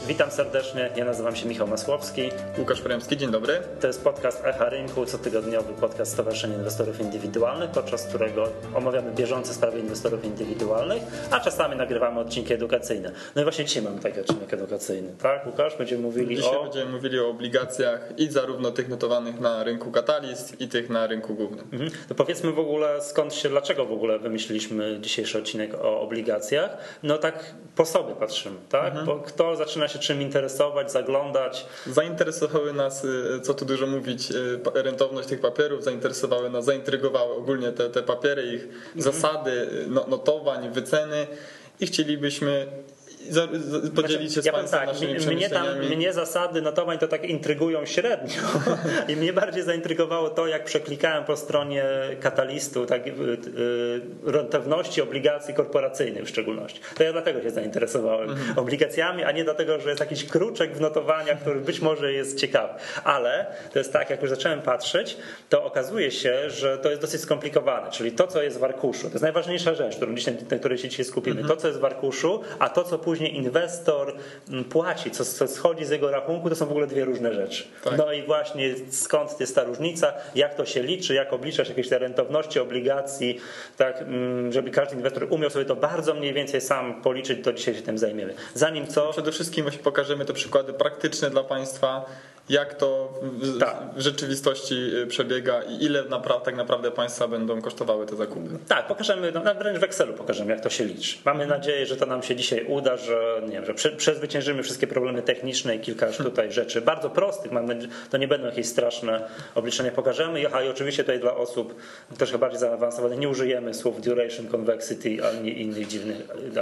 Witam serdecznie, ja nazywam się Michał Masłowski. Łukasz Poremski, dzień dobry. To jest podcast Echa Rynku, cotygodniowy podcast Stowarzyszenia Inwestorów Indywidualnych, podczas którego omawiamy bieżące sprawy inwestorów indywidualnych, a czasami nagrywamy odcinki edukacyjne. No i właśnie dzisiaj mamy taki odcinek edukacyjny, tak Łukasz? Będziemy mówili o obligacjach i zarówno tych notowanych na rynku Catalyst i tych na rynku głównym. To powiedzmy w ogóle dlaczego w ogóle wymyśliliśmy dzisiejszy odcinek o obligacjach. No tak po sobie patrzymy, tak? Bo kto zaczyna się czym interesować, zaglądać. Zainteresowały nas, co tu dużo mówić, rentowność tych papierów, zaintrygowały ogólnie te papiery, ich zasady, notowań, wyceny i chcielibyśmy podzielić się z Państwem naszymi przemyśleniami. Mnie zasady notowań to tak intrygują średnio i mnie bardziej zaintrygowało to, jak przeklikałem po stronie Catalystu rentowności obligacji korporacyjnych w szczególności. To ja dlatego się zainteresowałem obligacjami, a nie dlatego, że jest jakiś kruczek w notowaniach, który być może jest ciekawy. Ale to jest tak, jak już zacząłem patrzeć, to okazuje się, że to jest dosyć skomplikowane, czyli to, co jest w arkuszu, to jest najważniejsza rzecz, na której się dzisiaj skupimy. To, co jest w arkuszu, a to, co później inwestor płaci, co schodzi z jego rachunku, to są w ogóle dwie różne rzeczy. Tak. No i właśnie skąd jest ta różnica, jak to się liczy, jak obliczać jakieś te rentowności obligacji, tak, żeby każdy inwestor umiał sobie to bardzo mniej więcej sam policzyć, to dzisiaj się tym zajmiemy. Zanim co... Przede wszystkim właśnie pokażemy te przykłady praktyczne dla Państwa, jak to w rzeczywistości przebiega i ile tak naprawdę Państwa będą kosztowały te zakupy. Tak, pokażemy, wręcz w Excelu pokażemy, jak to się liczy. Mamy nadzieję, że to nam się dzisiaj uda, że przezwyciężymy wszystkie problemy techniczne i kilka już tutaj rzeczy bardzo prostych. To nie będą jakieś straszne obliczenia, pokażemy. I oczywiście tutaj dla osób troszkę bardziej zaawansowanych nie użyjemy słów duration, convexity, ani innych dziwnych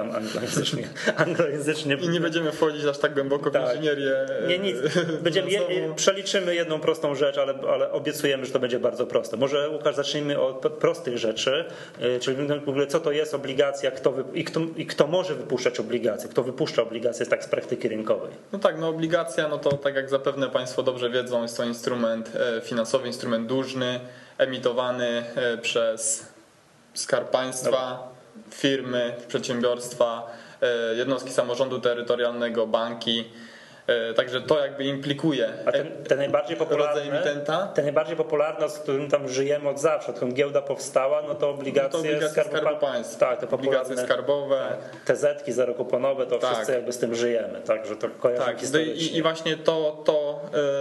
anglojęzycznych. I nie będziemy wchodzić aż tak głęboko w inżynierię. Nie, nic. Przeliczymy jedną prostą rzecz, ale obiecujemy, że to będzie bardzo proste. Może Łukasz, zacznijmy od prostych rzeczy, czyli w ogóle co to jest obligacja, kto może wypuszczać obligacje, kto wypuszcza obligacje tak z praktyki rynkowej. No tak, obligacja, to tak jak zapewne Państwo dobrze wiedzą, jest to instrument finansowy, instrument dłużny, emitowany przez Skarb Państwa, firmy, przedsiębiorstwa, jednostki samorządu terytorialnego, banki. Także to jakby implikuje te najbardziej popularne, z którym tam żyjemy od zawsze, odkąd giełda powstała, to obligacje Skarbu Państwa. Tak, te obligacje skarbowe. Te zetki zerokuponowe, to wszyscy jakby z tym żyjemy. Także to kojarzy historycznie. I właśnie to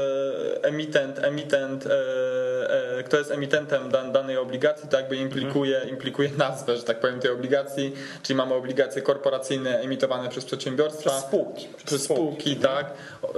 kto jest emitentem danej obligacji, to jakby implikuje nazwę, że tak powiem, tej obligacji, czyli mamy obligacje korporacyjne emitowane przez przedsiębiorstwa. Przez spółki, tak.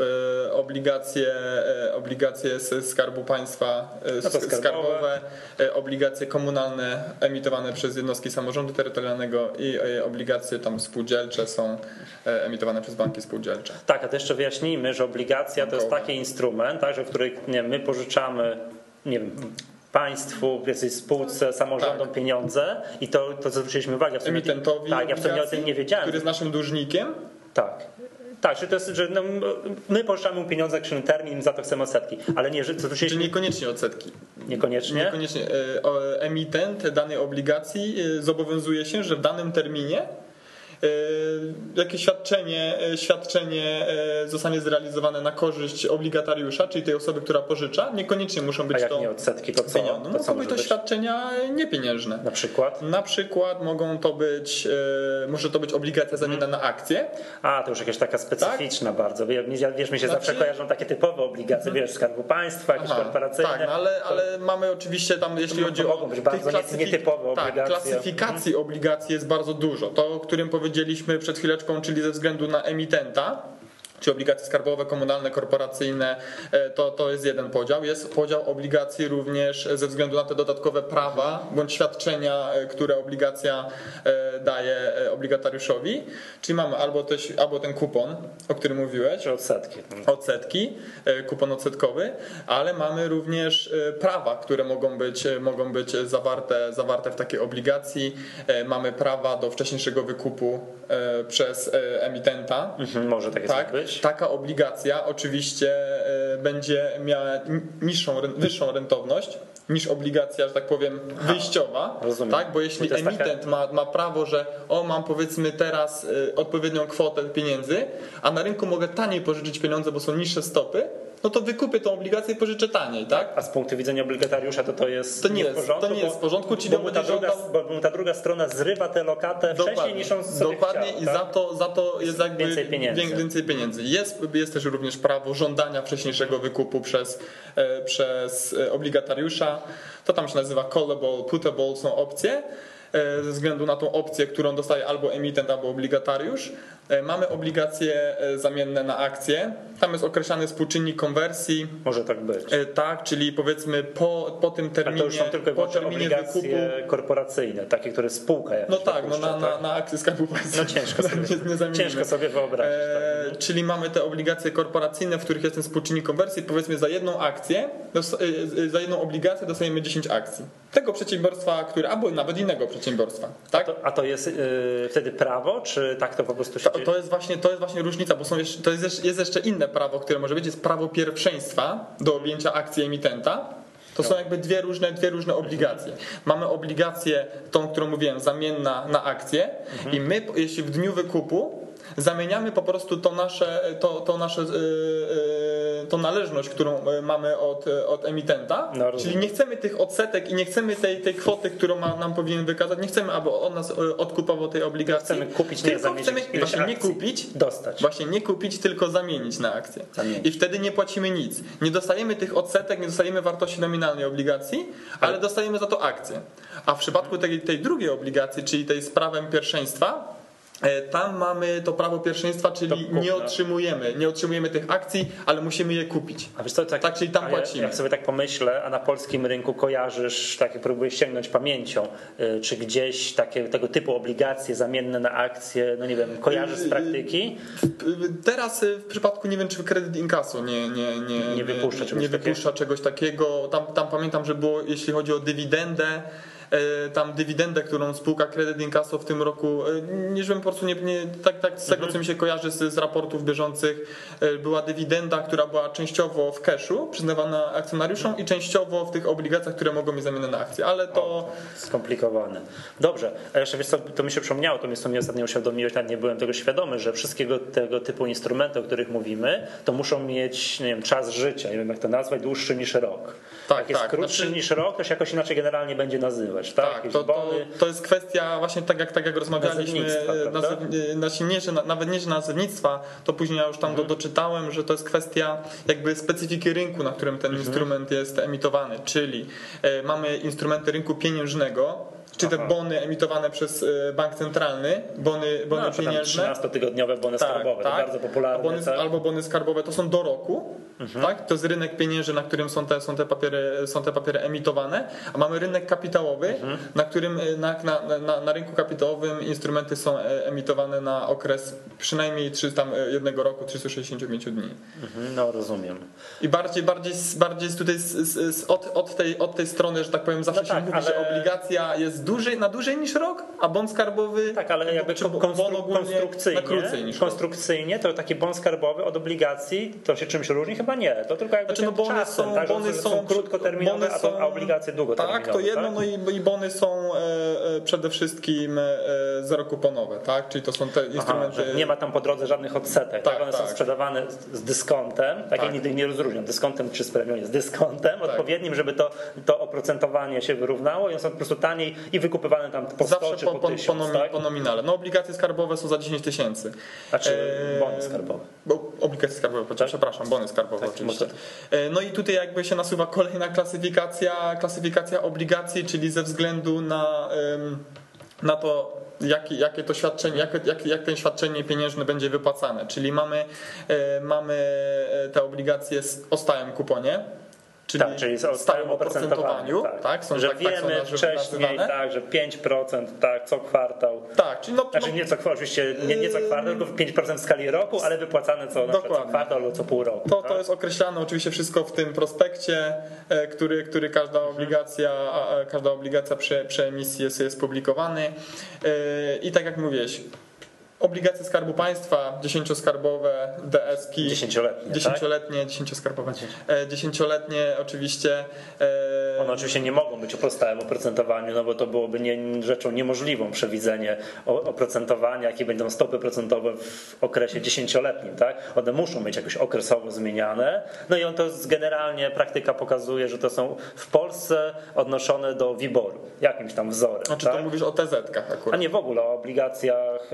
Obligacje z Skarbu Państwa skarbowe, obligacje komunalne emitowane przez jednostki samorządu terytorialnego i obligacje tam spółdzielcze są emitowane przez banki spółdzielcze. Tak, a to jeszcze wyjaśnijmy, że obligacja to jest taki instrument, tak, że w którym my pożyczamy, państwu, jakiejś spółce, samorządom pieniądze i to zwróciliśmy uwagę. Emitentowi ja w sumie o tym nie wiedziałem. Który jest naszym dłużnikiem. Tak, że to jest, że my pożyczamy mu pieniądze, krzyny termin, za to chcemy odsetki, ale nie, Czyli niekoniecznie odsetki. Niekoniecznie? Emitent danej obligacji zobowiązuje się, że w danym terminie jakieś świadczenie zostanie zrealizowane na korzyść obligatariusza, czyli tej osoby, która pożycza. Niekoniecznie muszą być to... A jak nie odsetki, to co? Mogą być to świadczenia niepieniężne. Na przykład może to być obligacja zamienna na akcje. A, to już jakaś taka specyficzna bardzo. Wiesz, mi się zawsze kojarzą takie typowe obligacje, Skarbu Państwa, jakieś korporacyjne. Tak, ale mamy oczywiście tam, jeśli chodzi o być bardzo nietypowe obligacje. Klasyfikacji obligacji jest bardzo dużo. To, o którym powiedzieliśmy przed chwileczką, czyli ze względu na emitenta, czy obligacje skarbowe, komunalne, korporacyjne, to jest jeden podział. Jest podział obligacji również ze względu na te dodatkowe prawa bądź świadczenia, które obligacja daje obligatariuszowi. Czyli mamy albo ten kupon, o którym mówiłeś. Czy odsetki, kupon odsetkowy, ale mamy również prawa, które mogą być zawarte w takiej obligacji. Mamy prawa do wcześniejszego wykupu przez emitenta. Może tak być. Taka obligacja oczywiście będzie miała wyższą rentowność niż obligacja, że tak powiem, wyjściowa, tak? Bo jeśli emitent ma prawo, że mam powiedzmy teraz odpowiednią kwotę pieniędzy, a na rynku mogę taniej pożyczyć pieniądze, bo są niższe stopy, no to wykupię tą obligację i pożyczę taniej, tak? A z punktu widzenia obligatariusza to jest nie w porządku. To nie jest w porządku, czyli bo ta druga strona zrywa tę lokatę wcześniej niż on sobie dokładnie chciał, i tak? za to jest jakby więcej pieniędzy. Jest też również prawo żądania wcześniejszego wykupu przez obligatariusza. To tam się nazywa callable, putable, są opcje. Ze względu na tą opcję, którą dostaje albo emitent, albo obligatariusz. Mamy obligacje zamienne na akcje. Tam jest określany współczynnik konwersji. Może tak być. Tak, czyli powiedzmy po tym terminie, to już są tylko po terminie obligacje wykupu korporacyjne, takie, które spółka jakaś na akcje Skarbu Państwa. Ciężko sobie wyobrazić. Tak. Czyli mamy te obligacje korporacyjne, w których jest ten współczynnik konwersji. Powiedzmy za jedną akcję, za jedną obligację dostajemy 10 akcji. Tego przedsiębiorstwa, albo nawet innego przedsiębiorstwa. Tak? A to jest wtedy prawo, czy tak to po prostu się dzieje? To jest właśnie różnica, bo jest jeszcze inne prawo, które może być, jest prawo pierwszeństwa do objęcia akcji emitenta. To są jakby dwie różne obligacje. Mamy obligację, tą, którą mówiłem, zamienna na akcję i my, jeśli w dniu wykupu zamieniamy po prostu tą należność, którą mamy od emitenta, czyli nie chcemy tych odsetek i nie chcemy tej kwoty, którą nam powinien wykazać, nie chcemy, aby on nas odkupował tej obligacji. Chcemy kupić, tylko chcemy właśnie nie kupić, dostać. Właśnie nie kupić, tylko zamienić na akcję. I wtedy nie płacimy nic. Nie dostajemy tych odsetek, nie dostajemy wartości nominalnej obligacji, ale dostajemy za to akcję. A w przypadku tej drugiej obligacji, czyli tej z prawem pierwszeństwa, tam mamy to prawo pierwszeństwa, czyli nie otrzymujemy tych akcji, ale musimy je kupić. A wiesz co, tak, czyli tam płacimy. Jak sobie tak pomyślę, a na polskim rynku kojarzysz, tak próbuję sięgnąć pamięcią, czy gdzieś tego typu obligacje zamienne na akcje, no nie wiem, kojarzysz z praktyki? Teraz w przypadku, nie wiem, czy kredyt inkasso nie wypuszcza czegoś takiego. Tam pamiętam, że było, jeśli chodzi o dywidendę, tam dywidendę, którą spółka Credit Incasso w tym roku, nie żebym po prostu tak z tego, co mi się kojarzy z raportów bieżących, była dywidenda, która była częściowo w cashu przyznawana akcjonariuszom i częściowo w tych obligacjach, które mogą mieć zamianę na akcje, ale to... Skomplikowane. Dobrze, a jeszcze wiesz co, to mi się przypomniało, to mi ostatnio uświadomiłeś, nawet nie byłem tego świadomy, że wszystkiego tego typu instrumenty, o których mówimy, to muszą mieć, nie wiem, czas życia, nie wiem jak to nazwać, dłuższy niż rok. Jak jest krótszy niż rok, to się jakoś inaczej generalnie będzie nazywać. Tak, to jest kwestia właśnie tak jak rozmawialiśmy, nawet nie że nazewnictwa, to później ja już tam doczytałem, że to jest kwestia jakby specyfiki rynku, na którym ten instrument jest emitowany, czyli mamy instrumenty rynku pieniężnego, czy te bony emitowane przez bank centralny, bony pieniężne. 13-tygodniowe bony skarbowe, to bardzo popularne. Albo bony skarbowe to są do roku, tak? To jest rynek pieniężny, na którym są te papiery emitowane, a mamy rynek kapitałowy, na którym na rynku kapitałowym instrumenty są emitowane na okres przynajmniej 1 roku, 365 dni. No rozumiem. I bardziej tutaj od tej strony, że tak powiem, zawsze się mówi, że obligacja jest na dłużej niż rok, a bon skarbowy ale jakby konstrukcyjnie to taki bon skarbowy od obligacji to się czymś różni? Chyba nie. To tylko jakby bony są krótkoterminowe, a obligacje długoterminowe. Tak, to jedno, no i bony są przede wszystkim zerokuponowe, tak? Czyli to są te instrumenty... Nie ma tam po drodze żadnych odsetek. Tak? One są sprzedawane z dyskontem, ja nigdy nie rozróżniam, dyskontem czy z premium, z dyskontem odpowiednim, żeby to oprocentowanie się wyrównało i one są po prostu taniej i wykupywane tam po 100 czy po 1000. Po nominale. No obligacje skarbowe są za 10 000. Znaczy bony skarbowe. Obligacje skarbowe, przepraszam, bony skarbowe oczywiście. No i tutaj jakby się nasuwa kolejna klasyfikacja obligacji, czyli ze względu na to, jakie to świadczenie, jak to świadczenie pieniężne będzie wypłacane. Czyli mamy te obligacje o stałym kuponie, czyli o stałym oprocentowaniu, są że wiemy wcześniej, że 5%, co kwartał. Znaczy nie co kwartał, oczywiście nie co kwartał, tylko 5% w skali roku, ale wypłacane co kwartał albo co pół roku. To jest określane oczywiście wszystko w tym prospekcie, który każda obligacja przy emisji jest publikowany. I tak jak mówiłeś, Obligacje Skarbu Państwa, 10-skarbowe, DS-ki. 10-letnie, tak? 10-skarbowe. 10-letnie oczywiście. One oczywiście nie mogą być o stałym oprocentowaniu, no bo to byłoby rzeczą niemożliwą przewidzenie oprocentowania, jakie będą stopy procentowe w okresie 10-letnim, tak? One muszą być jakoś okresowo zmieniane. No i to generalnie praktyka pokazuje, że to są w Polsce odnoszone do WIBOR-u, jakimś tam wzorem. Znaczy tak? to mówisz o TZ-kach akurat. A nie w ogóle o obligacjach,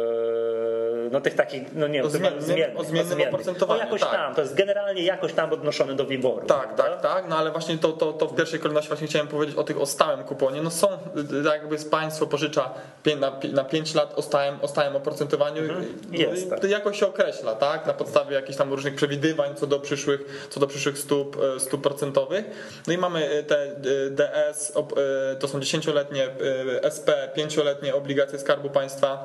no tych takich, no nie wiem, o zmiennym oprocentowaniu. Jakoś tak. Tam, to jest generalnie jakoś tam odnoszone do WIBOR-u. Tak, no ale właśnie to w pierwszej kolejności właśnie chciałem powiedzieć o stałym kuponie. No są, jakby państwo pożycza na 5 lat o stałym oprocentowaniu, to jakoś się określa, tak? Na podstawie jakichś tam różnych przewidywań co do przyszłych stóp procentowych. No i mamy te DS, to są 10-letnie SP, 5-letnie obligacje Skarbu Państwa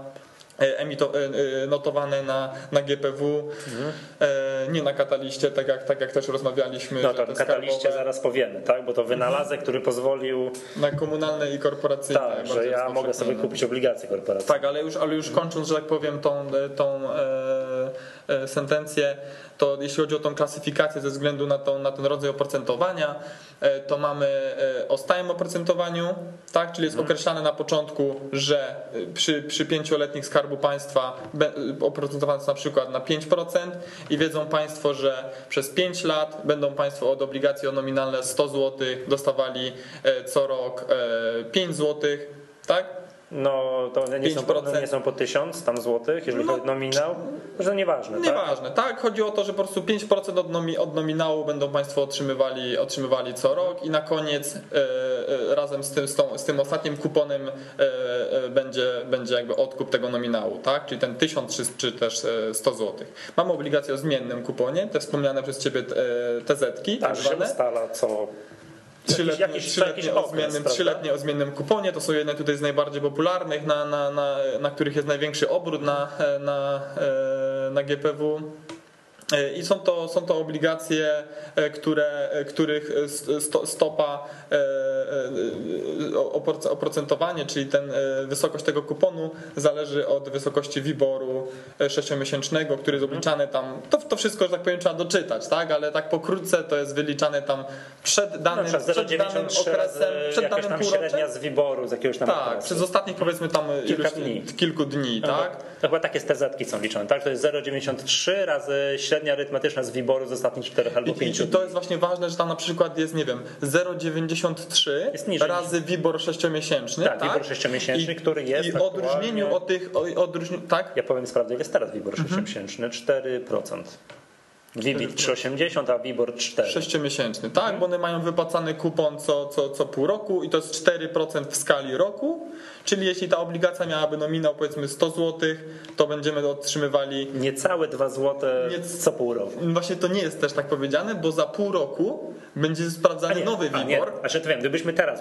notowane na GPW, nie na kataliście, tak jak też rozmawialiśmy. No to o kataliście zaraz powiemy, tak? Bo to wynalazek, który pozwolił na komunalne i korporacyjne. Tak, że ja mogę sobie kupić obligacje korporacyjne. Tak, ale już kończąc, że tak powiem, tą sentencję, to jeśli chodzi o tą klasyfikację ze względu na ten rodzaj oprocentowania, to mamy o stałym oprocentowaniu, tak, czyli jest określane na początku, że przy 5-letnich Skarbu Państwa oprocentowane jest na przykład na 5% i wiedzą Państwo, że przez 5 lat będą Państwo od obligacji o nominalne 100 zł dostawali co rok 5 zł, tak? No to nie są po 1000 tam złotych, jeżeli chodzi o nominał, że nieważne. Nieważne, tak? Chodzi o to, że po prostu 5% od nominału będą Państwo otrzymywali co rok i na koniec razem z tym ostatnim kuponem będzie jakby odkup tego nominału, tak? Czyli ten 1000 czy też 100 zł. Mamy obligacje o zmiennym kuponie, te wspomniane przez Ciebie TZ-ki. Tak, że ustala co... Trzyletnie o zmiennym kuponie, to są jedne tutaj z najbardziej popularnych, na których jest największy obrót na GPW. I są to obligacje, których stopa oprocentowanie, czyli wysokość tego kuponu zależy od wysokości WIBOR-u 6-miesięcznego, który jest obliczany tam, to wszystko, że tak powiem, trzeba doczytać, tak? Ale tak pokrótce to jest wyliczane tam przed danym okresem, przed danym półroczem. Średnia z WIBOR-u z jakiegoś tam okresu. Przez ostatnich powiedzmy tam kilku dni, tak? To chyba takie TZ-ki są liczone, tak? To jest 0,93 razy średnia arytmetyczna z WIBOR-u z ostatnich 4 albo 5 dni. I to jest właśnie ważne, że tam na przykład jest, nie wiem, 0,93 razy WIBOR 6-miesięczny. Tak, WIBOR 6-miesięczny, który jest. I w odróżnieniu od tych. Tak? Ja powiem sprawdę, ile jest teraz WIBOR 6-miesięczny? 4%. WIBIT 3,80, a WIBOR 4. 6-miesięczny, tak, bo one mają wypłacany kupon co pół roku i to jest 4% w skali roku, czyli jeśli ta obligacja miałaby nominał powiedzmy 100 zł, to będziemy otrzymywali niecałe 2 zł co pół roku. Właśnie to nie jest też tak powiedziane, bo za pół roku będzie sprawdzany nowy WIBOR. Znaczy to wiem, gdybyśmy teraz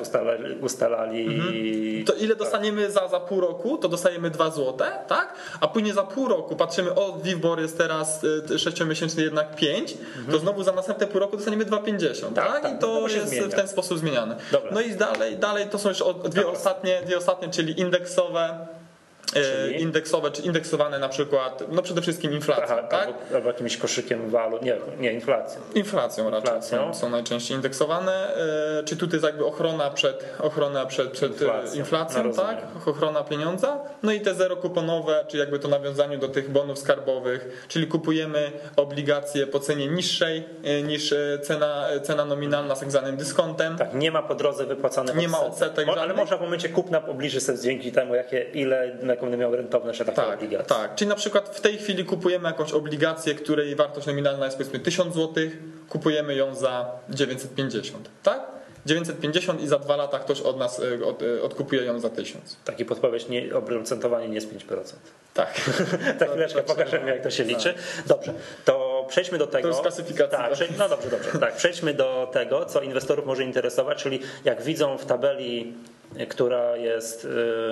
ustalali to ile dostaniemy za pół roku, to dostajemy 2 zł, tak? A później za pół roku patrzymy, WIBOR jest teraz 6-miesięczny jednak 5, to znowu za następne pół roku dostaniemy 2,50, tak? I to jest w ten sposób zmieniane. Dobra. No i dalej to są już dwie ostatnie, czyli indeksowe. Indeksowe, czy indeksowane na przykład, no przede wszystkim inflacją, tak? Albo jakimś koszykiem walut, nie inflacją. Inflacją raczej są najczęściej indeksowane. Czy tutaj jest jakby ochrona przed inflacją, tak? Ochrona pieniądza. No i te zerokuponowe, czyli jakby to nawiązaniu do tych bonów skarbowych, czyli kupujemy obligacje po cenie niższej niż cena nominalna z tak zwanym dyskontem. Tak, nie ma po drodze wypłacanych nie ma odsetek żadnych. Ale można w momencie kupna obliczyć sobie dzięki temu, jaką będę miał rentowność takie obligacje. Tak, czyli na przykład w tej chwili kupujemy jakąś obligację, której wartość nominalna jest powiedzmy 1000 zł, kupujemy ją za 950, tak? 950 i za 2 lata ktoś od nas odkupuje ją za 1000. Taki podpowiedź, oprocentowanie nie jest 5%. Tak. Za chwileczkę pokażemy, jak to się liczy. Dobrze, to przejdźmy do tego. To jest klasyfikacja. Tak, dobrze. Tak, przejdźmy do tego, co inwestorów może interesować, czyli jak widzą w tabeli, która jest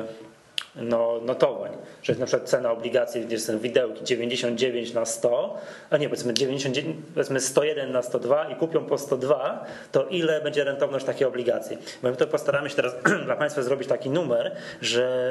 notowań, że jest na przykład cena obligacji, gdzie są widełki 99 na 100, a nie, powiedzmy 101 na 102 i kupią po 102, to ile będzie rentowność takiej obligacji? My to postaramy się teraz dla Państwa zrobić taki numer, że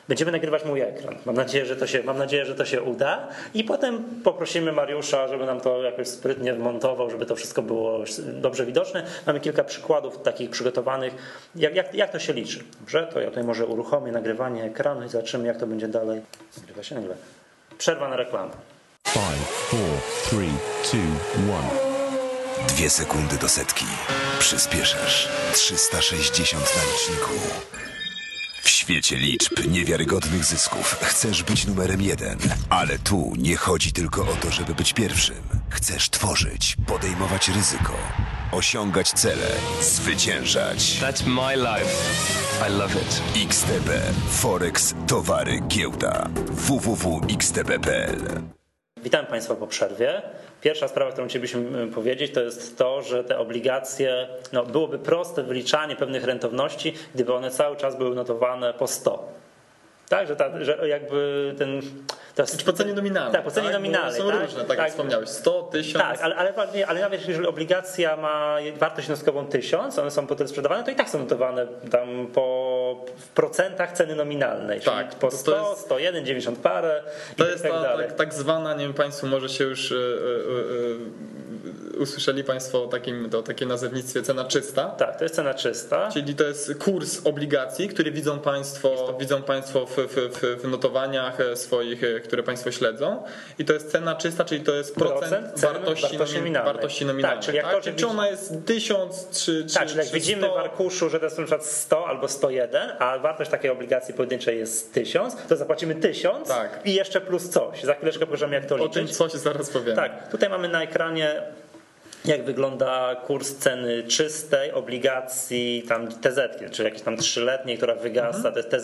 Będziemy nagrywać mój ekran. Mam nadzieję, że to się uda i potem poprosimy Mariusza, żeby nam to jakoś sprytnie wmontował, żeby to wszystko było dobrze widoczne. Mamy kilka przykładów takich przygotowanych. Jak to się liczy? Dobrze, to ja tutaj może uruchomię nagrywanie ekranu i zobaczymy, jak to będzie dalej. Nagrywa się nagle. Przerwa na reklamę. 5, 4, 3, 2, 1. 2 sekundy do setki. Przyspieszasz. 360 na liczniku. W świecie liczb, niewiarygodnych zysków chcesz być numerem 1. Ale tu nie chodzi tylko o to, żeby być pierwszym. Chcesz tworzyć, podejmować ryzyko, osiągać cele, zwyciężać. That's my life. I love it. XTB. Forex, towary, giełda. www.xtb.pl. Witam Państwa po przerwie. Pierwsza sprawa, którą chcielibyśmy powiedzieć, to jest to, że te obligacje, byłoby proste wyliczanie pewnych rentowności, gdyby one cały czas były notowane po 100. Tak, że jakby ten... Po cenie nominalnej. Tak, po cenie nominalnej. Są różne, tak jak wspomniałeś, 100, 1000. Tak, ale nawet jeżeli obligacja ma wartość jednostkową 1000, one są potem sprzedawane, to i tak są notowane tam w procentach ceny nominalnej. Tak, czyli po 100, 101, 90 parę to jest tak zwana, nie wiem, Państwo może się już usłyszeli Państwo o takim nazewnictwie cena czysta. Tak, to jest cena czysta. Czyli to jest kurs obligacji, który widzą Państwo w notowaniach swoich, które Państwo śledzą. I to jest cena czysta, czyli to jest procent wartości nominalnej. Tak, czyli czy ona jest 1000 czy tak, czyli jak 100? widzimy w arkuszu, że to jest na przykład 100 albo 101, a wartość takiej obligacji pojedynczej jest 1000, to zapłacimy 1000 i jeszcze plus coś. Za chwileczkę pokażemy, jak to liczyć. O tym coś zaraz powiem. Tak, tutaj mamy na ekranie, jak wygląda kurs ceny czystej obligacji tam TZ, czyli jakiejś tam 3-letniej, która wygasa, to jest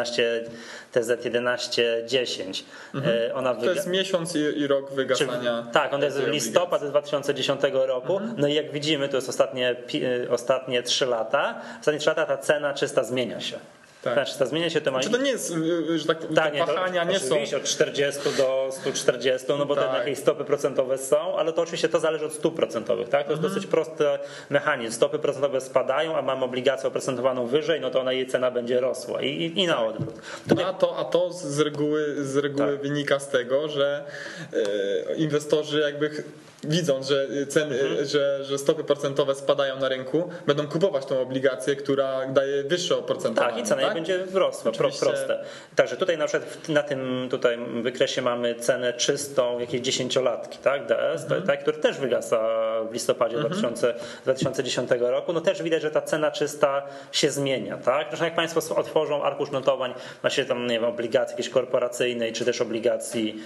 TZ1110. To jest miesiąc i rok wygasania. Tak, on jest listopad 2010 roku. No i jak widzimy, to jest ostatnie 3 lata. Ostatnie 3 lata ta cena czysta zmienia się. Tak. Znaczy, zmienia się to ma... Czy to nie jest, że tak wahania nie są... Od 40 do 140, no bo te jakieś stopy procentowe są, ale to oczywiście to zależy od stóp procentowych, tak? To jest dosyć prosty mechanizm. Stopy procentowe spadają, a mamy obligację oprocentowaną wyżej, no to jej cena będzie rosła i na odwrót. A to z reguły wynika z tego, że inwestorzy jakby widząc, że ceny, że stopy procentowe spadają na rynku, będą kupować tą obligację, która daje wyższe oprocentowanie. Tak, i cena będzie wzrosła, proste. Także tutaj na przykład na tym tutaj wykresie mamy cenę czystą jakiejś 10-latki, tak, DS, który też wygasa w listopadzie 2010 roku. No też widać, że ta cena czysta się zmienia, tak. Zresztą jak Państwo otworzą arkusz notowań, macie tam, nie wiem, obligacji jakiejś korporacyjnej, czy też obligacji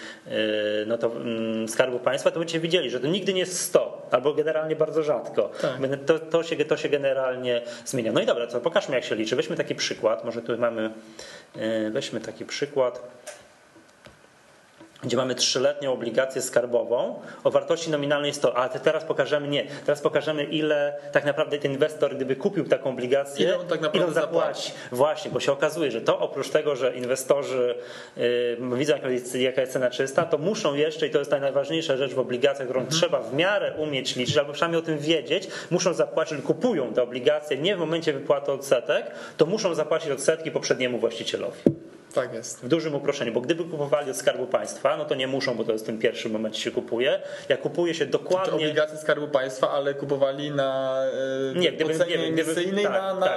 Skarbu Państwa, to będziecie widzieli, że to nigdy nie jest 100, albo generalnie bardzo rzadko. Tak. To się generalnie zmienia. No i dobra, to pokażmy, jak się liczy. Weźmy taki przykład, może tu weźmy taki przykład, gdzie mamy 3-letnią obligację skarbową o wartości nominalnej 100, ale teraz pokażemy ile tak naprawdę ten inwestor, gdyby kupił taką obligację, ile on zapłaci. Właśnie, bo się okazuje, że to oprócz tego, że inwestorzy widzą, jaka jest cena czysta, to muszą jeszcze, i to jest najważniejsza rzecz w obligacjach, którą trzeba w miarę umieć liczyć, albo przynajmniej o tym wiedzieć, muszą zapłacić, kupują te obligacje nie w momencie wypłaty odsetek, to muszą zapłacić odsetki poprzedniemu właścicielowi. Tak jest. W dużym uproszczeniu, bo gdyby kupowali od Skarbu Państwa, no to nie muszą, bo to jest w tym pierwszym momencie się kupuje. Jak kupuje się dokładnie... Czy obligacje Skarbu Państwa, ale kupowali na cenie emisyjnej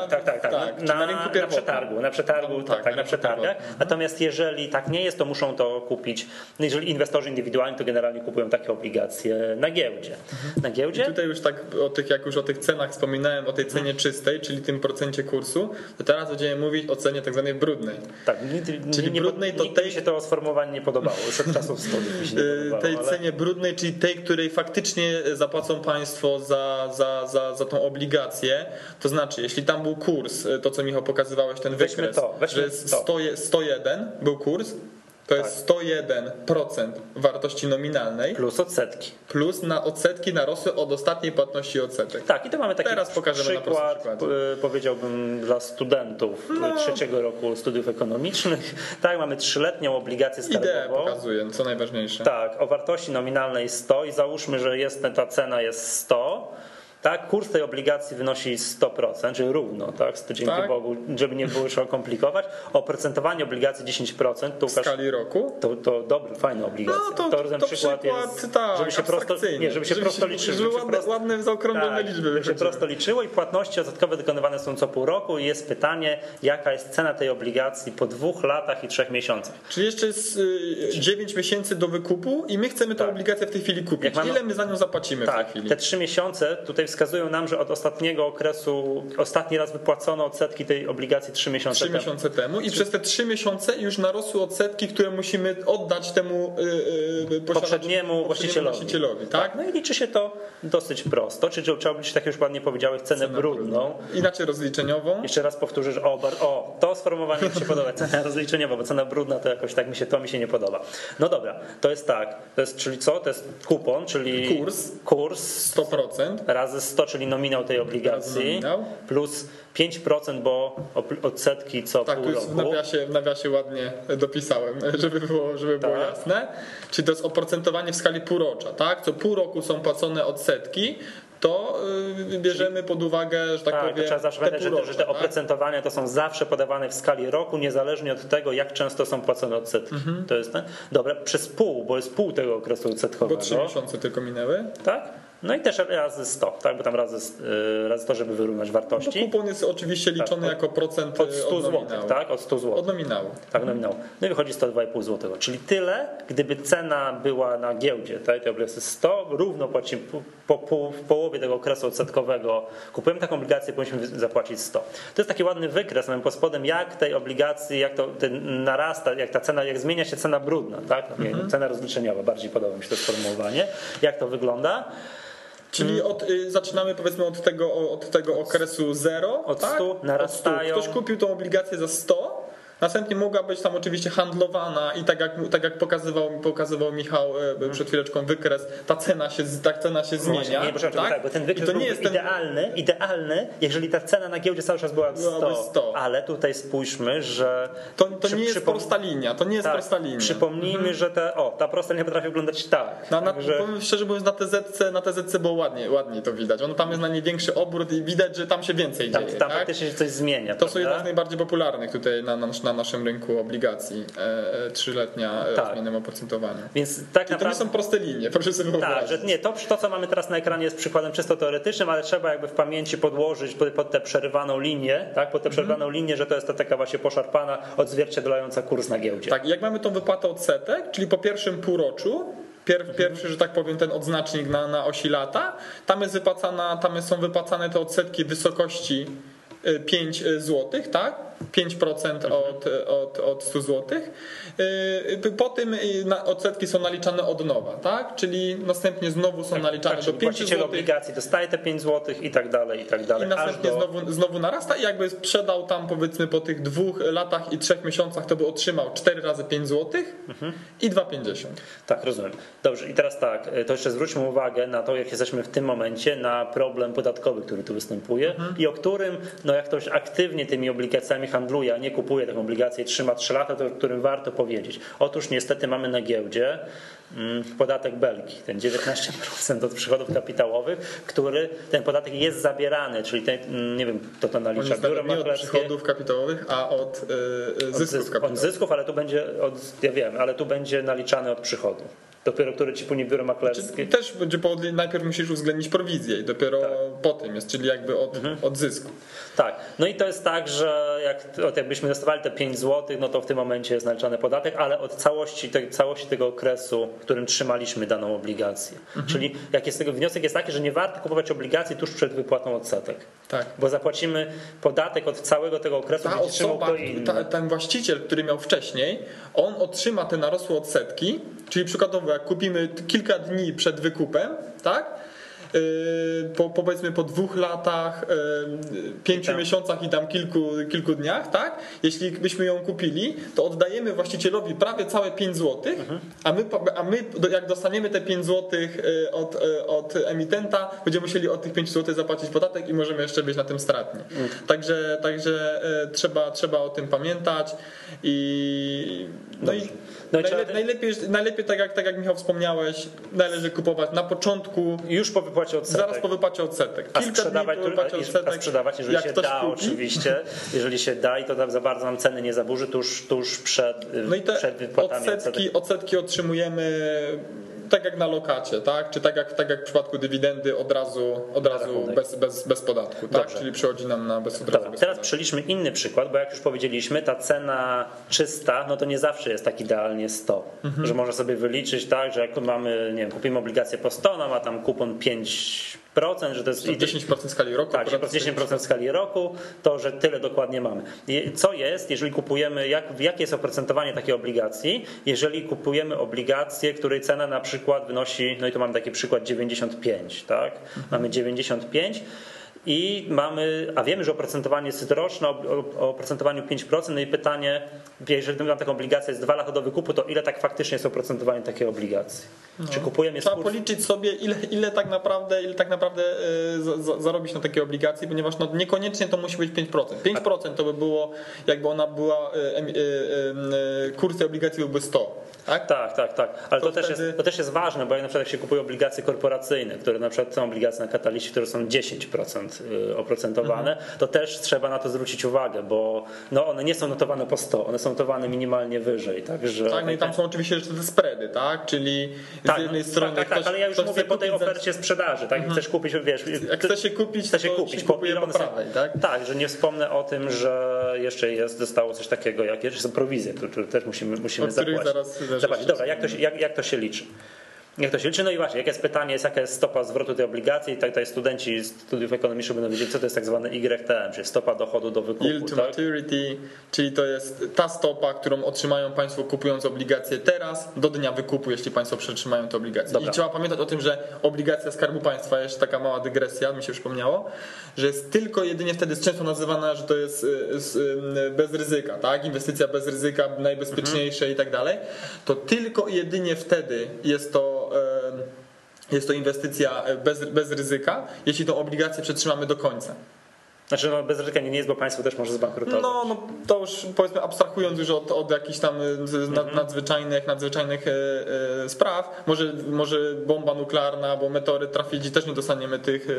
na rynku pierwotnym. Na przetargach. Natomiast jeżeli tak nie jest, to muszą to kupić. Jeżeli inwestorzy indywidualni, to generalnie kupują takie obligacje na giełdzie. Na giełdzie? I tutaj już tak jak już o tych cenach wspominałem, o tej cenie czystej, czyli tym procencie kursu, to teraz będziemy mówić o cenie tak zwanej brudnej. Tak, czyli brudnej to tej się to sformułowanie nie podobało, już od czasów studiów mi się nie podobało. Tej cenie brudnej, czyli tej, której faktycznie zapłacą Państwo za tą obligację, to znaczy, jeśli tam był kurs, to co Michał pokazywałeś, ten wykres, że 101 był kurs, to jest 101% wartości nominalnej. Plus odsetki. Plus na odsetki narosły od ostatniej płatności odsetek. Tak, i to mamy taki Teraz pokażemy przykład, powiedziałbym dla studentów trzeciego roku studiów ekonomicznych. Tak, mamy 3-letnią obligację skarbową. Ideę pokazuję, co najważniejsze. Tak, o wartości nominalnej 100 i załóżmy, że ta cena jest 100. Tak, kurs tej obligacji wynosi 100%, czyli równo, tak? Dzięki Bogu, żeby nie było już komplikować. Oprocentowanie obligacji 10%. To, w skali roku. To dobry, fajny obligacje. No to przykład jest, tak, żeby się prosto liczyło. Ładne, zaokrąglone liczby. Żeby się prosto liczyło i płatności odsetkowe wykonywane są co pół roku i jest pytanie, jaka jest cena tej obligacji po 2 latach i 3 miesiącach. Czyli jeszcze jest 9 miesięcy do wykupu i my chcemy tę obligację w tej chwili kupić. Ile my za nią zapłacimy w tej chwili? Te 3 miesiące tutaj wskazują nam, że od ostatniego okresu, ostatni raz wypłacono odsetki tej obligacji 3 miesiące temu. I przez te 3 miesiące już narosły odsetki, które musimy oddać temu poprzedniemu właścicielowi. Tak? No i liczy się to dosyć prosto, czyli trzeba obliczyć, tak jak już ładnie powiedziałeś, cenę brudną. Inaczej rozliczeniową. Jeszcze raz powtórzę, że to sformułowanie mi się podoba, cena rozliczeniowa, bo cena brudna to jakoś tak mi się nie podoba. No dobra, to jest tak, czyli co? To jest kupon, czyli kurs 100% razy 100, czyli nominał tej obligacji, plus 5%, bo odsetki co pół roku. W nawiasie ładnie dopisałem, żeby było jasne. Czyli to jest oprocentowanie w skali półrocza, tak? Co pół roku są płacone odsetki, to bierzemy pod uwagę, że tak powiem, trzeba zawsze pamiętać, że te oprocentowania to są zawsze podawane w skali roku, niezależnie od tego, jak często są płacone odsetki. To jest dobra, przez pół, bo jest pół tego okresu odsetkowego. Bo 3 miesiące tylko minęły. Tak? No i też razy 100, tak? Bo tam razy to, żeby wyrównać wartości. No kupon jest oczywiście liczony jako procent od 100 zł, tak? Od 100 zł. Od nominału. Tak, nominału. No i wychodzi 102,5 zł. Czyli tyle, gdyby cena była na giełdzie, tak? Tej obligacji 100, równo płacimy w połowie tego okresu odsetkowego. Kupujemy taką obligację, powinniśmy zapłacić 100. To jest taki ładny wykres, mamy pod spodem, jak tej obligacji, jak to narasta, jak zmienia się cena brudna, tak? Cena rozliczeniowa, bardziej podoba mi się to sformułowanie. Jak to wygląda? Czyli zaczynamy powiedzmy od tego okresu 0. Od 100 narastają. Ktoś kupił tą obligację za 100, następnie mogła być tam oczywiście handlowana i tak jak pokazywał Michał przed chwileczką wykres, ta cena się zmienia. Bo ten wykres był idealny, jeżeli ta cena na giełdzie cały czas była 100. Ale tutaj spójrzmy, że to nie jest prosta linia. To nie jest prosta linia. Przypomnijmy, że ta prosta linia potrafi wyglądać tak. Powiem szczerze mówiąc, na TZ było ładniej to widać. Tam jest na niej większy obrót i widać, że tam się więcej dzieje. Tam faktycznie się coś zmienia. To są jedne z najbardziej popularnych tutaj na naszym rynku obligacji 3-letnia o zmiennym oprocentowaniu. Więc tak naprawdę to nie są proste linie, proszę sobie wyobrazić. Że nie, to co mamy teraz na ekranie jest przykładem czysto teoretycznym, ale trzeba jakby w pamięci podłożyć pod tę przerywaną linię, tak? Pod tę przerywaną linię, że to jest ta taka właśnie poszarpana, odzwierciedlająca kurs na giełdzie. Tak, jak mamy tą wypłatę odsetek, czyli po pierwszym półroczu, pierwszy, że tak powiem, ten odznacznik na osi lata, tam są wypłacane te odsetki w wysokości 5 zł, tak? 5% od 100 zł. Po tym odsetki są naliczane od nowa, tak? Czyli następnie znowu są naliczane do 5 zł. Obligacji dostaje te 5 zł i tak dalej, i tak dalej. I następnie znowu narasta i jakby sprzedał tam powiedzmy po tych 2 latach i 3 miesiącach, to by otrzymał 4 razy 5 zł i 2,50. Tak, rozumiem. Dobrze, i teraz tak, to jeszcze zwróćmy uwagę na to, jak jesteśmy w tym momencie, na problem podatkowy, który tu występuje i o którym, jak ktoś aktywnie tymi obligacjami handluje, a nie kupuje taką obligację i trzyma 3 lata, to o którym warto powiedzieć. Otóż niestety mamy na giełdzie podatek Belki, ten 19% od przychodów kapitałowych, ten podatek jest zabierany, czyli nie wiem, kto to nalicza, biuro maklerskie. Nie od przychodów kapitałowych, a od zysków kapitałowych. Od zysków, ale tu będzie, ja wiem, ale tu będzie naliczany od przychodów. Dopiero który ci później biuro maklerskie. Też będzie najpierw musisz uwzględnić prowizję i dopiero po tym jest, czyli jakby od zysku. Tak, no i to jest tak, że jakbyśmy dostawali te 5 zł, no to w tym momencie jest naliczany podatek, ale od całości tego okresu, w którym trzymaliśmy daną obligację. Czyli wniosek jest taki, że nie warto kupować obligacji tuż przed wypłatą odsetek. Tak. Bo zapłacimy podatek od całego tego okresu. Ta osoba, ten właściciel, który miał wcześniej, on otrzyma te narosłe odsetki, czyli przykładowo jak kupimy kilka dni przed wykupem, tak? Powiedzmy po 2 latach, 5 miesiącach i tam kilku dniach, tak? Jeśli byśmy ją kupili, to oddajemy właścicielowi prawie całe 5 zł, a my jak dostaniemy te 5 zł od emitenta, będziemy musieli od tych 5 zł zapłacić podatek i możemy jeszcze być na tym stratni. Także trzeba o tym pamiętać i najlepiej tak jak Michał wspomniałeś, należy kupować na początku już po wypłacie odsetek. Zaraz po wypłacie odsetek. A sprzedawać, jeżeli się da, oczywiście. Jeżeli się da i to za bardzo nam ceny nie zaburzy, tuż przed wypłatami odsetki otrzymujemy tak jak na lokacie, tak? Czy tak jak w przypadku dywidendy od razu bez podatku, tak? Czyli przychodzi nam na bez odsetek. Teraz przeliczmy inny przykład, bo jak już powiedzieliśmy, ta cena czysta, no to nie zawsze jest tak idealnie 100, że można sobie wyliczyć tak, że jak mamy, nie wiem, kupimy obligację po 100, no ma tam kupon 5%, że to jest 10% skali roku. Tak, 10% skali roku, to że tyle dokładnie mamy. Co jest, jeżeli kupujemy, jakie jest oprocentowanie takiej obligacji, jeżeli kupujemy obligację, której cena na przykład wynosi, no i tu mamy taki przykład 95, tak? Mamy 95 a wiemy, że oprocentowanie jest roczne, o oprocentowaniu 5%, no i pytanie, jeżeli mam taką obligację z 2 lata do wykupu, to ile tak faktycznie jest oprocentowanie takiej obligacji? Czy kupujemy Trzeba policzyć sobie, ile tak naprawdę zarobić na takiej obligacji, ponieważ no niekoniecznie to musi być 5%. 5% to by było, jakby ona była, kurs tej obligacji byłby 100. Tak. Ale to też jest ważne, bo jak na przykład jak się kupuje obligacje korporacyjne, które na przykład są obligacje na kataliście, które są 10% oprocentowane, to też trzeba na to zwrócić uwagę, bo no one nie są notowane po 100, one są notowane minimalnie wyżej. No i tam są oczywiście jeszcze te spready, tak? Czyli z jednej strony ale ja już mówię po tej ofercie sprzedaży, tak? Chcesz kupić, wiesz... Jak chce się kupić, kupuje po prawej, tak? Tak, że nie wspomnę o tym, że jeszcze zostało coś takiego, jak są prowizje, które też musimy zapłacić. Dobra, jak to się liczy? No i właśnie, jaka jest stopa zwrotu tej obligacji? I tutaj studenci studiów ekonomicznych będą wiedzieć, co to jest tak zwane YTM, czyli stopa dochodu do wykupu. Yield to maturity, czyli to jest ta stopa, którą otrzymają Państwo kupując obligacje teraz do dnia wykupu, jeśli Państwo przetrzymają te obligacje. Dobra. I trzeba pamiętać o tym, że obligacja Skarbu Państwa, jeszcze taka mała dygresja, mi się przypomniało, że jest tylko jedynie wtedy często nazywana, że to jest bez ryzyka, tak? Inwestycja bez ryzyka, najbezpieczniejsze i tak dalej. To tylko jedynie wtedy jest to inwestycja bez ryzyka, jeśli tą obligację przetrzymamy do końca. Znaczy bez ryzyka nie jest, bo państwo też może zbankrutować. No to już powiedzmy abstrahując już od jakichś tam nadzwyczajnych spraw, może bomba nuklearna, bo meteoryt trafić i też nie dostaniemy tych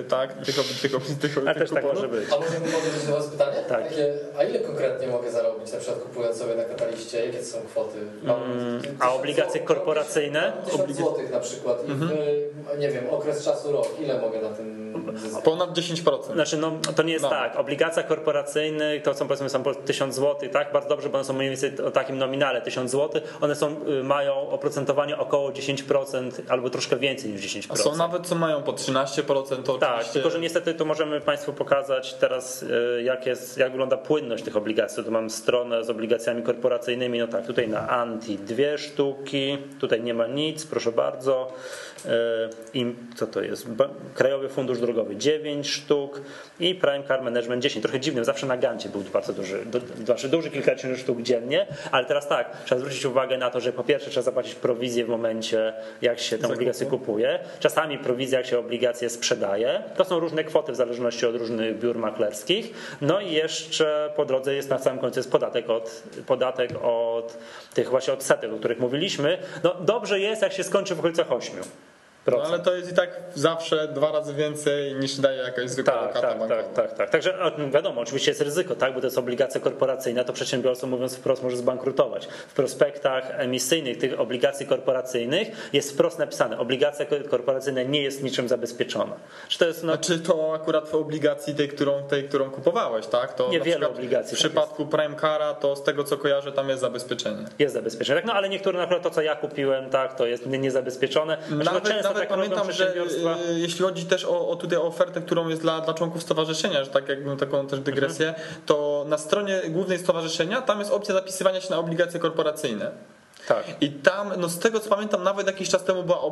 Ale też tak może być. A może powiedzieć do Was pytanie? Tak. A ile konkretnie mogę zarobić, na przykład kupując sobie na kataliście? Jakie to są kwoty? A obligacje korporacyjne? 1000 złotych na przykład i nie wiem, okres czasu rok. Ile mogę na tym zyskać? Ponad 10%. Znaczy to nie jest tak. Obligacja korporacyjnych to są powiedzmy są po 1000 zł, tak? Bardzo dobrze, bo one są mniej więcej o takim nominale 1000 zł. One mają oprocentowanie około 10% albo troszkę więcej niż 10%. A są nawet co mają po 13%. To tak, oczywiście... tylko że niestety tu możemy Państwu pokazać teraz jak wygląda płynność tych obligacji. Tu mam stronę z obligacjami korporacyjnymi. No tak, tutaj na Anti 2 sztuki, tutaj nie ma nic, proszę bardzo. Co to jest? Krajowy Fundusz Drogowy 9 sztuk i Prime Car Management 10. Trochę dziwnym, zawsze na Gancie był bardzo duży, kilkadziesiąt sztuk dziennie, ale teraz tak, trzeba zwrócić uwagę na to, że po pierwsze trzeba zapłacić prowizję w momencie, jak się tę obligację kupuje. Czasami prowizja, jak się obligacje sprzedaje. To są różne kwoty w zależności od różnych biur maklerskich. No i jeszcze po drodze jest na samym końcu jest podatek od tych właśnie odsetek, o których mówiliśmy. No dobrze jest, jak się skończy w okolicach 8%. No, ale to jest i tak zawsze 2 razy więcej niż daje jakaś zwykła lokata bankowa. Tak. Także wiadomo, oczywiście jest ryzyko, tak, bo to jest obligacja korporacyjna, to przedsiębiorstwo mówiąc wprost może zbankrutować. W prospektach emisyjnych tych obligacji korporacyjnych jest wprost napisane, obligacja korporacyjna nie jest niczym zabezpieczona. Czy to jest, Znaczy to akurat w obligacji tej, którą kupowałeś, tak? To niewiele obligacji. W przypadku Prime Cara to z tego co kojarzę tam jest zabezpieczenie. Jest zabezpieczenie, tak, ale niektóre na przykład to co ja kupiłem, tak, to jest niezabezpieczone. Nawet pamiętam, że jeśli chodzi też o ofertę, którą jest dla członków stowarzyszenia, że tak jakbym taką też dygresję, to na stronie głównej stowarzyszenia tam jest opcja zapisywania się na obligacje korporacyjne. Tak. I tam, z tego co pamiętam, nawet jakiś czas temu była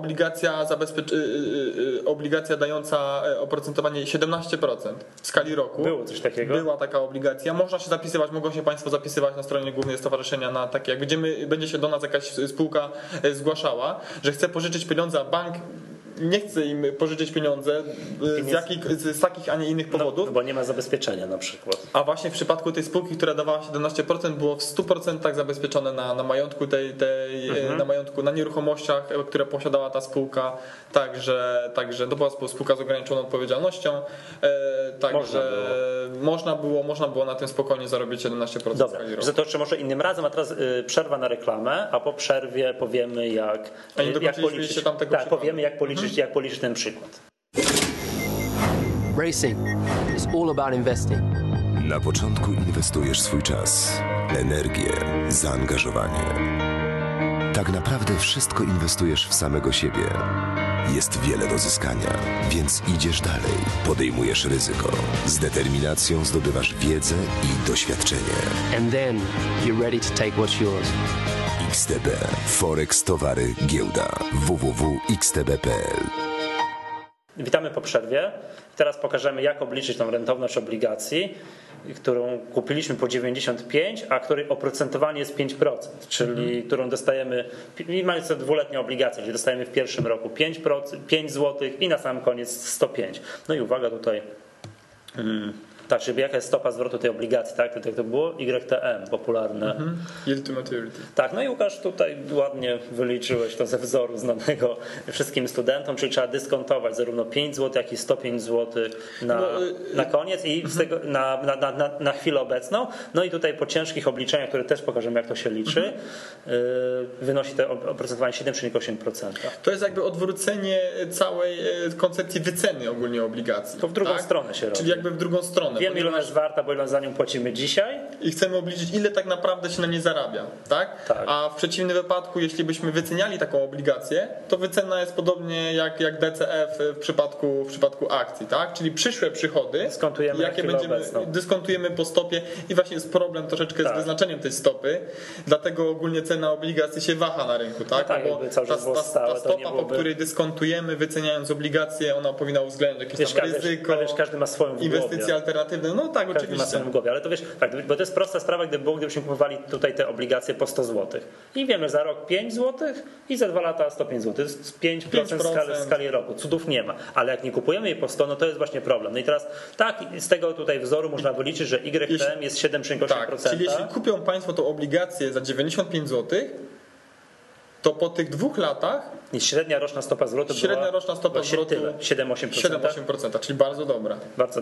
obligacja dająca oprocentowanie 17% w skali roku. Było coś takiego? Była taka obligacja. Można się zapisywać, mogą się Państwo zapisywać na stronie głównej stowarzyszenia na takie, jak będzie się do nas jakaś spółka zgłaszała, że chce pożyczyć pieniądze, a bank nie chce im pożyczyć pieniądze z takich, a nie innych powodów. No, bo nie ma zabezpieczenia na przykład. A właśnie w przypadku tej spółki, która dawała 17%, było w 100% zabezpieczone na majątku na majątku, na nieruchomościach, które posiadała ta spółka. Także to była spółka z ograniczoną odpowiedzialnością. Także można było na tym spokojnie zarobić 17%. Dobra, za to jeszcze może innym razem, a teraz przerwa na reklamę, a po przerwie powiemy jak policzyć. Tak, powiemy jak policzyć ten przykład. Racing is all about investing. Na początku inwestujesz swój czas, energię, zaangażowanie. Tak naprawdę wszystko inwestujesz w samego siebie. Jest wiele do zyskania, więc idziesz dalej, podejmujesz ryzyko. Z determinacją zdobywasz wiedzę i doświadczenie. And then you're ready to take what's yours. XTB. Forex, towary, giełda. www.xtb.pl. Witamy po przerwie. Teraz pokażemy, jak obliczyć tą rentowność obligacji, którą kupiliśmy po 95, a której oprocentowanie jest 5%, czyli którą dostajemy, mamy to dwuletnia obligacja, czyli dostajemy w pierwszym roku 5 zł i na sam koniec 105. No i uwaga tutaj, tak, czyli jaka jest stopa zwrotu tej obligacji, tak? Jak to było? YTM, popularne. Yield to maturity. Tak, no i Łukasz tutaj ładnie wyliczyłeś to ze wzoru znanego wszystkim studentom, czyli trzeba dyskontować zarówno 5 zł, jak i 105 zł na koniec i z tego na chwilę obecną. No i tutaj po ciężkich obliczeniach, które też pokażemy, jak to się liczy, wynosi to oprocentowanie 7,8%. To jest jakby odwrócenie całej koncepcji wyceny ogólnie obligacji. To w drugą stronę się robi. Czyli jakby w drugą stronę. Wiemy, ile ona jest warta, bo ile za nią płacimy dzisiaj. I chcemy obliczyć, ile tak naprawdę się na nie zarabia. Tak? A w przeciwnym wypadku, jeśli byśmy wyceniali taką obligację, to wycena jest podobnie jak DCF w przypadku akcji. Tak? Czyli przyszłe przychody, dyskontujemy jakie dyskontujemy po stopie i właśnie jest problem troszeczkę z wyznaczeniem tej stopy. Dlatego ogólnie cena obligacji się waha na rynku. Tak? Bo ta stopa, po której dyskontujemy, wyceniając obligacje, ona powinna uwzględnić jakieś tam ryzyko, każdy ma swoją inwestycje alternatywne. No tak, każdy oczywiście. ma swoją w głowie, ale to wiesz, tak, bo to jest prosta sprawa, gdybyśmy kupowali tutaj te obligacje po 100 zł. I wiemy, za rok 5 zł i za 2 lata 105 zł. To jest 5% w skali roku. Cudów nie ma. Ale jak nie kupujemy jej po 100, no to jest właśnie problem. No i teraz tak, z tego tutaj wzoru można wyliczyć, że YTM jest 7,8%. Tak, czyli jeśli kupią Państwo tą obligację za 95 zł, to po tych 2 latach średnia roczna stopa zwrotu była 7,8%. 7,8%, czyli bardzo dobra. Bardzo,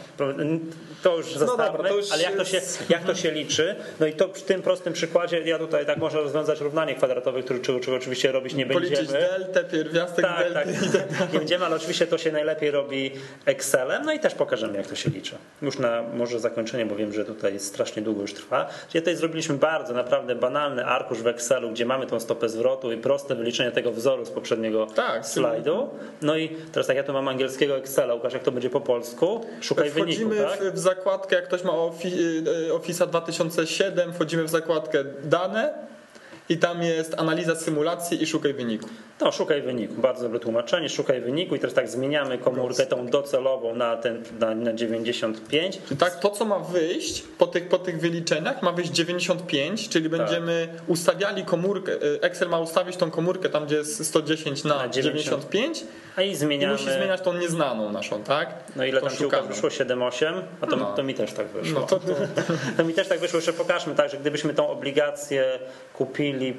to już zostawmy, ale jak to się liczy? No i to w tym prostym przykładzie, ja tutaj tak można rozwiązać równanie kwadratowe, czego oczywiście robić nie będziemy. Policzyć deltę, pierwiastek delty. Nie będziemy, ale oczywiście to się najlepiej robi Excelem, no i też pokażemy, jak to się liczy. Już na może zakończenie, bo wiem, że tutaj strasznie długo już trwa. Czyli tutaj zrobiliśmy bardzo naprawdę banalny arkusz w Excelu, gdzie mamy tą stopę zwrotu i proste wyliczenie tego wzoru z poprzedniego slajdu. No i teraz tak, ja tu mam angielskiego Excela, Łukasz, jak to będzie po polsku? Szukaj wyniku, tak? Wchodzimy w zakładkę, jak ktoś ma Office'a 2007, wchodzimy w zakładkę dane i tam jest analiza symulacji i szukaj wyniku. No, szukaj wyniku, bardzo dobre tłumaczenie, szukaj wyniku i teraz tak zmieniamy komórkę tą docelową na 95. Czyli tak, to co ma wyjść po tych wyliczeniach ma wyjść 95, czyli będziemy ustawiali komórkę, Excel ma ustawić tą komórkę tam, gdzie jest 110 na 95 i zmieniamy. I musi zmieniać tą nieznaną naszą, tak? No ile tam ci wyszło? 7,8? A to mi też tak wyszło. To mi też tak wyszło, jeszcze pokażmy tak, że gdybyśmy tą obligację kupili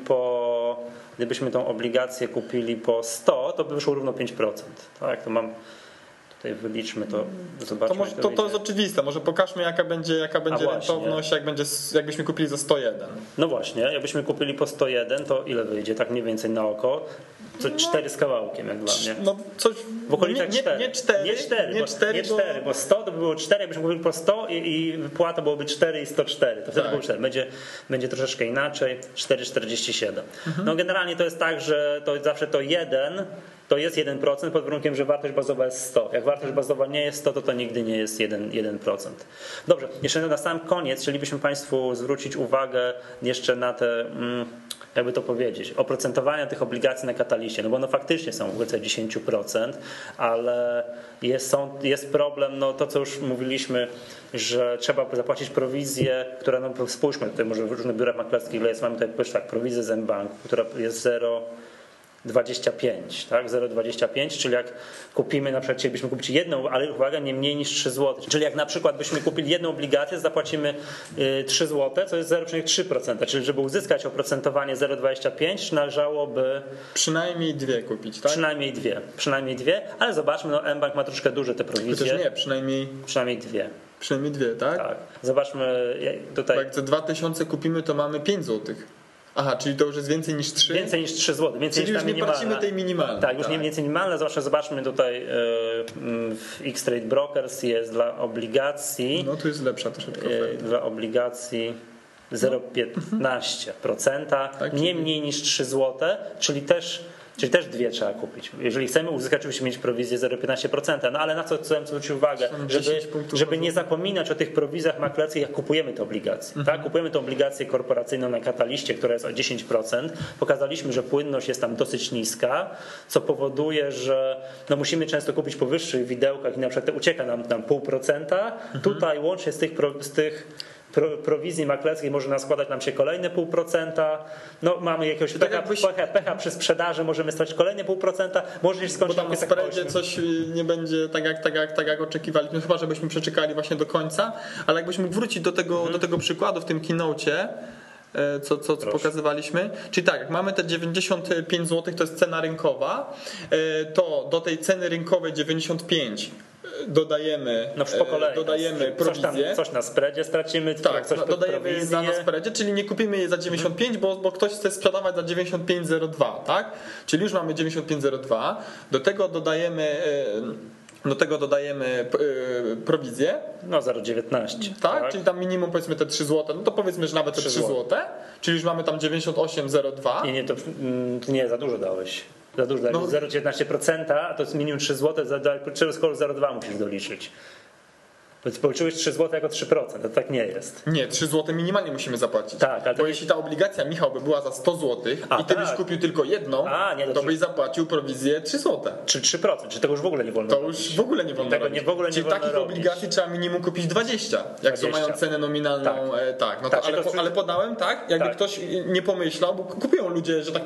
po 100, to by wyszło równo 5%. Tak, to mam tutaj, wyliczmy to, zobaczmy. To jest oczywiste, może pokażmy jaka będzie rentowność, jakbyśmy kupili za 101. No właśnie, jakbyśmy kupili po 101, to ile wyjdzie, tak mniej więcej na oko? To 4 z kawałkiem, jak dla mnie. No coś w okolicach 4. Nie 4, bo 100 to by było 4, jakbyśmy kupili po 100 i wypłata byłoby 4 i 104. To wtedy było 4. Będzie troszeczkę inaczej, 4,47. No generalnie to jest tak, że to zawsze to 1 to jest 1% pod warunkiem, że wartość bazowa jest 100. Jak wartość bazowa nie jest 100, to nigdy nie jest 1%. Dobrze, jeszcze na sam koniec chcielibyśmy Państwu zwrócić uwagę jeszcze na te, jakby to powiedzieć, oprocentowania tych obligacji na kataliście, no bo one faktycznie są w okolicy 10%, ale jest problem, no to co już mówiliśmy, że trzeba zapłacić prowizję, która, no spójrzmy, tutaj może w różnych biurach maklerskich, ile jest, mamy tutaj tak, prowizję z mBanku, która jest 0, 0,25, tak? 0,25, czyli jak kupimy, na przykład chcielibyśmy kupić jedną, ale uwaga, nie mniej niż 3 zł. Czyli jak na przykład byśmy kupili jedną obligację, zapłacimy 3 zł, co jest 0,3%. Czyli żeby uzyskać oprocentowanie 0,25, należałoby przynajmniej 2 kupić, tak? Przynajmniej dwie, ale zobaczmy, no mBank ma troszkę duże te prowizje. Chociaż nie, przynajmniej 2. Przynajmniej 2, tak? Tak. Zobaczmy tutaj. Jak za 2000 kupimy, to mamy 5 zł. Aha, czyli to już jest więcej niż 3? Więcej niż 3 zł. Więcej czyli niż już nie płacimy tej minimalnej. Tak, już nie więcej minimalne. Zobaczmy tutaj w X-Trade Brokers jest dla obligacji. No tu jest lepsza troszeczkę. Dla obligacji 0,15%. Tak, nie mniej niż 3 zł, czyli też 2 trzeba kupić. Jeżeli chcemy uzyskać, oczywiście mieć prowizję 0,15%, no ale na co chcę zwrócić uwagę, żeby nie zapominać o tych prowizjach maklerskich, jak kupujemy te obligacje. Tak? Kupujemy tę obligację korporacyjną na Kataliście, która jest o 10%. Pokazaliśmy, że płynność jest tam dosyć niska, co powoduje, że no musimy często kupić po wyższych widełkach i na przykład ucieka nam tam 0,5%. Tutaj łącznie z tych prowizji maklerskiej może składać nam się kolejne 0,5%. No mamy jakiegoś pecha przy sprzedaży, możemy stracić kolejne 0,5%, może się skończyć. Bo tam w spreadzie coś nie będzie tak jak oczekiwaliśmy, no chyba żebyśmy przeczekali właśnie do końca, ale jakbyśmy mógł wrócić do tego przykładu w tym keynote'cie, co pokazywaliśmy. Czyli tak, jak mamy te 95 zł, to jest cena rynkowa, to do tej ceny rynkowej 95 dodajemy prowizję. Coś na spreadzie stracimy, tak, coś dodajemy na spreadzie, czyli nie kupimy jej za 95, bo ktoś chce sprzedawać za 95,02, tak? Czyli już mamy 95,02. Do tego dodajemy prowizję. No 0,19. Tak, czyli tam minimum powiedzmy te 3 zł, no to powiedzmy, że nawet te 3 zł. Czyli już mamy tam 98,02. Nie, to nie, za dużo dałeś. Za dużo, no, 0,19%, a to jest minimum 3 zł, skoro 0,2 musisz doliczyć. Więc policzyłeś 3 zł jako 3%, to tak nie jest. Nie, 3 zł minimalnie musimy zapłacić. Tak, ale bo jeśli ta obligacja, Michał, by była za 100 zł i ty byś kupił tylko jedną, to byś zapłacił prowizję 3 zł. Czy 3%, czy tego już w ogóle nie wolno robić? Już w ogóle nie wolno robić. Czyli takich obligacji trzeba minimum kupić 20, jak są mają cenę nominalną. Tak. No to, ale podałem, tak? Jakby ktoś nie pomyślał, bo kupują ludzie, że tak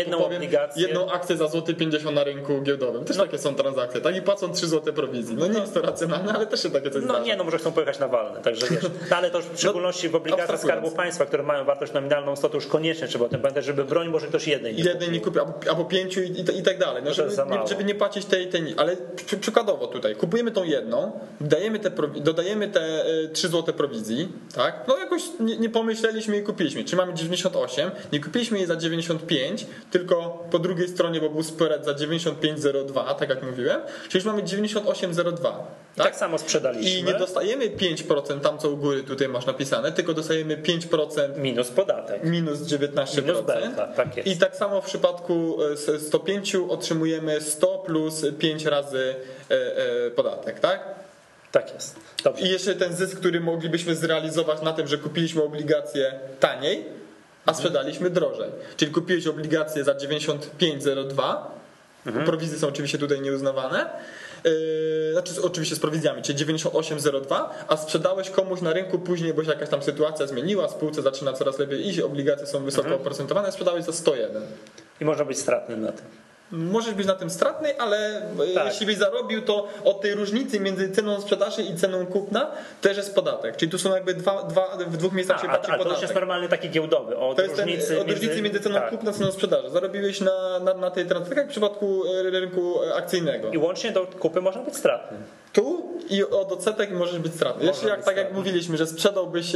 jedną akcję za złoty 50 na rynku giełdowym. Też takie są transakcje, tak? I płacą 3 zł prowizji. No nie jest to racjonalne, ale też się takie coś zdarza. Nie, no może chcą pojechać na walne, także wiesz. No, ale to w szczególności w obligacjach Skarbu Państwa, które mają wartość nominalną 100, to już koniecznie trzeba o tym pamiętać, żeby broń może ktoś jednej nie kupi, albo 5 i tak dalej. No, żeby nie płacić tej. Ale przykładowo tutaj kupujemy tą jedną, dodajemy te 3 zł prowizji, tak? No jakoś nie pomyśleliśmy i kupiliśmy. Czy mamy 98, nie kupiliśmy jej za 95, tylko po drugiej stronie, bo był spread za 95,02, tak jak mówiłem, czyli już mamy 98,02. Tak samo sprzedaliśmy. I nie dostajemy 5% tam, co u góry tutaj masz napisane, tylko dostajemy 5% minus podatek. Minus 19%. Minus belka, tak jest. I tak samo w przypadku 105 otrzymujemy 100 plus 5 razy podatek, tak? Tak jest. Dobrze. I jeszcze ten zysk, który moglibyśmy zrealizować na tym, że kupiliśmy obligacje taniej, a sprzedaliśmy drożej. Czyli kupiłeś obligacje za 95,02, prowizje są oczywiście tutaj nieuznawane, znaczy oczywiście z prowizjami, czyli 98,02, a sprzedałeś komuś na rynku później, bo się jakaś tam sytuacja zmieniła, spółce zaczyna coraz lepiej iść, obligacje są wysoko oprocentowane, sprzedałeś za 101. I można być stratnym na tym. Możesz być na tym stratny, ale jeśli byś zarobił, to od tej różnicy między ceną sprzedaży i ceną kupna też jest podatek. Czyli tu są jakby w dwóch miejscach się płaci podatek. To już jest normalny taki giełdowy. Od różnicy między ceną kupna a ceną sprzedaży. Zarobiłeś na tej transakcji, jak w przypadku rynku akcyjnego. I łącznie do kupy można być stratny. Tu i od odsetek możesz być stratny. Jeszcze jak mówiliśmy, że sprzedałbyś,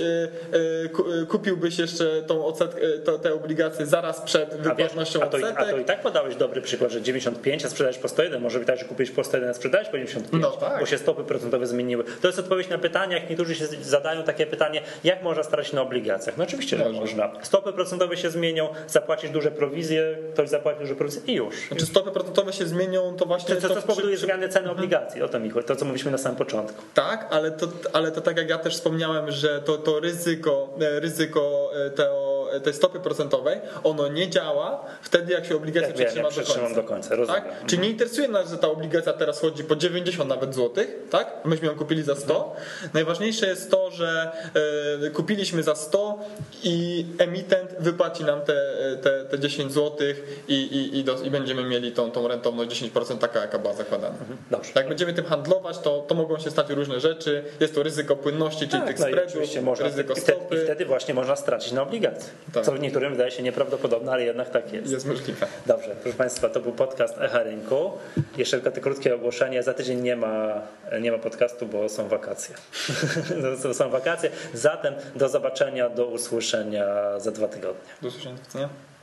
kupiłbyś jeszcze tą odsetkę, te obligacje zaraz przed wypłatnością odsetek. A to i tak podałeś dobry przykład, że 95, a sprzedałeś po 101. Może być tak, że kupiłeś po 101, a sprzedałeś po 95, bo się stopy procentowe zmieniły. To jest odpowiedź na pytanie, jak niektórzy się zadają takie pytanie, jak można stracić na obligacjach? No oczywiście, że można. Stopy procentowe się zmienią, zapłacisz duże prowizje, ktoś zapłaci duże prowizje i już. Znaczy stopy procentowe się zmienią, to właśnie... To spowoduje zmianę ceny obligacji, o to mi chodzi, to co mówiliśmy na samym początku. Tak, ale to tak jak ja też wspomniałem, że to ryzyko tej stopy procentowej, ono nie działa wtedy, jak się obligacja przytrzyma do końca. Rozumiem. Tak? Czyli nie interesuje nas, że ta obligacja teraz chodzi po 90 nawet złotych, tak? Myśmy ją kupili za 100. Najważniejsze jest to, że kupiliśmy za 100 i emitent wypłaci nam te 10 złotych i będziemy mieli tą rentowność 10% taka, jaka była zakładana. Dobrze. Jak będziemy tym handlować, to mogą się stać różne rzeczy. Jest to ryzyko płynności, czyli tych spreadów, ryzyko stopy. I wtedy właśnie można stracić na obligacji. Tak. Co niektórym wydaje się nieprawdopodobne, ale jednak tak jest. Jest możliwe. Dobrze, proszę Państwa, to był podcast Echa Rynku. Jeszcze tylko te krótkie ogłoszenie. Za tydzień nie ma podcastu, bo są wakacje. Są wakacje. Zatem do zobaczenia, do usłyszenia za 2 tygodnie. Do usłyszenia.